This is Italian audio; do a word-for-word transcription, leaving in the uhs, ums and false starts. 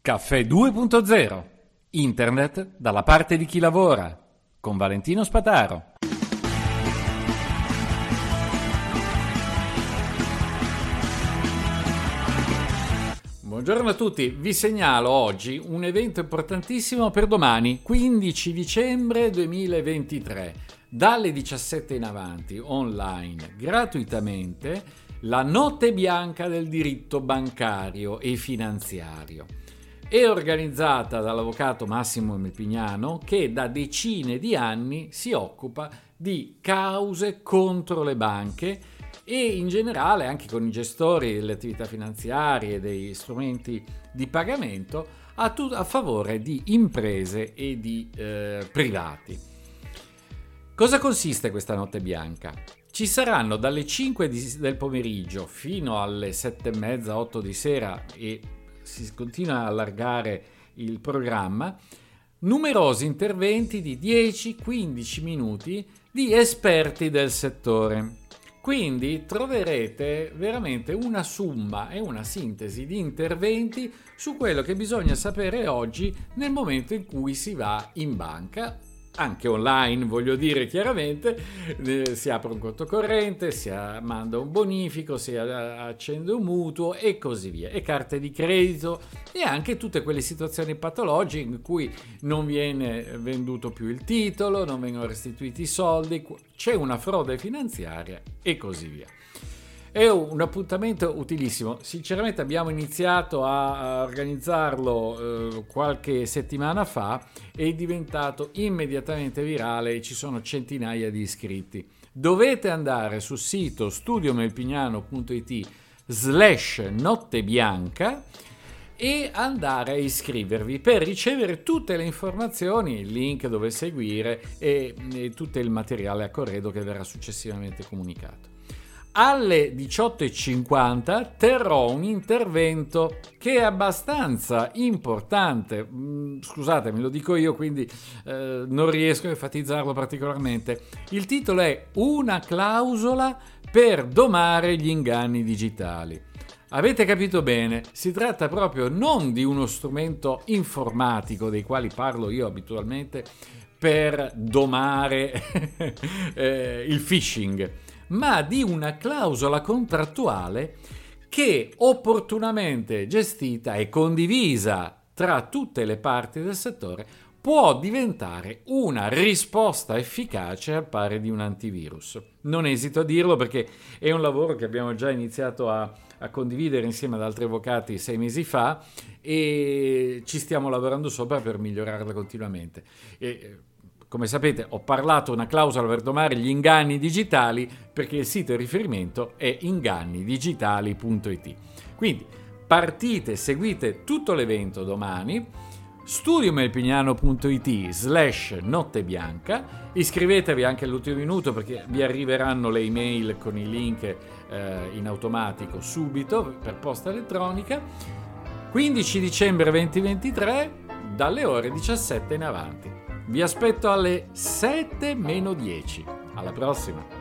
Caffè due punto zero. Internet dalla parte di chi lavora. Con Valentino Spataro. Buongiorno a tutti, vi segnalo oggi un evento importantissimo per domani, quindici dicembre duemilaventitré. Dalle diciassette in avanti, online, gratuitamente, la Notte Bianca del diritto bancario e finanziario. È organizzata dall'avvocato Massimo Melpignano, che da decine di anni si occupa di cause contro le banche e in generale anche con i gestori delle attività finanziarie e dei strumenti di pagamento a, tu- a favore di imprese e di eh, privati. Cosa consiste questa Notte Bianca? Ci saranno dalle cinque di, del pomeriggio fino alle sette e mezza, otto di sera, e si continua a allargare il programma, numerosi interventi di dieci quindici minuti di esperti del settore. Quindi troverete veramente una somma e una sintesi di interventi su quello che bisogna sapere oggi nel momento in cui si va in banca, anche online, voglio dire chiaramente, eh, si apre un conto corrente, si manda un bonifico, si accende un mutuo e così via, e carte di credito e anche tutte quelle situazioni patologiche in cui non viene venduto più il titolo, non vengono restituiti i soldi, c'è una frode finanziaria e così via. È un appuntamento utilissimo. Sinceramente abbiamo iniziato a organizzarlo eh, qualche settimana fa, è diventato immediatamente virale e ci sono centinaia di iscritti. Dovete andare sul sito studiomelpignano.it slash nottebianca e andare a iscrivervi per ricevere tutte le informazioni, il link dove seguire e, e tutto il materiale a corredo che verrà successivamente comunicato. Alle diciotto e cinquanta terrò un intervento che è abbastanza importante, scusatemi, lo dico io, quindi eh, non riesco a enfatizzarlo particolarmente. Il titolo è Una clausola per domare gli inganni digitali. Avete capito bene, si tratta proprio non di uno strumento informatico dei quali parlo io abitualmente per domare eh, il phishing, ma di una clausola contrattuale che opportunamente gestita e condivisa tra tutte le parti del settore può diventare una risposta efficace al pari di un antivirus. Non esito a dirlo perché è un lavoro che abbiamo già iniziato a, a condividere insieme ad altri avvocati sei mesi fa e ci stiamo lavorando sopra per migliorarla continuamente. E, come sapete, ho parlato una clausola per domare gli inganni digitali perché il sito di riferimento è inganni digitali punto it. Quindi partite, seguite tutto l'evento domani, studiomelpignano.it slash nottebianca, iscrivetevi anche all'ultimo minuto perché vi arriveranno le email con i link eh, in automatico subito per posta elettronica. quindici dicembre duemilaventitré dalle ore diciassette in avanti. Vi aspetto alle sette meno dieci. Alla prossima!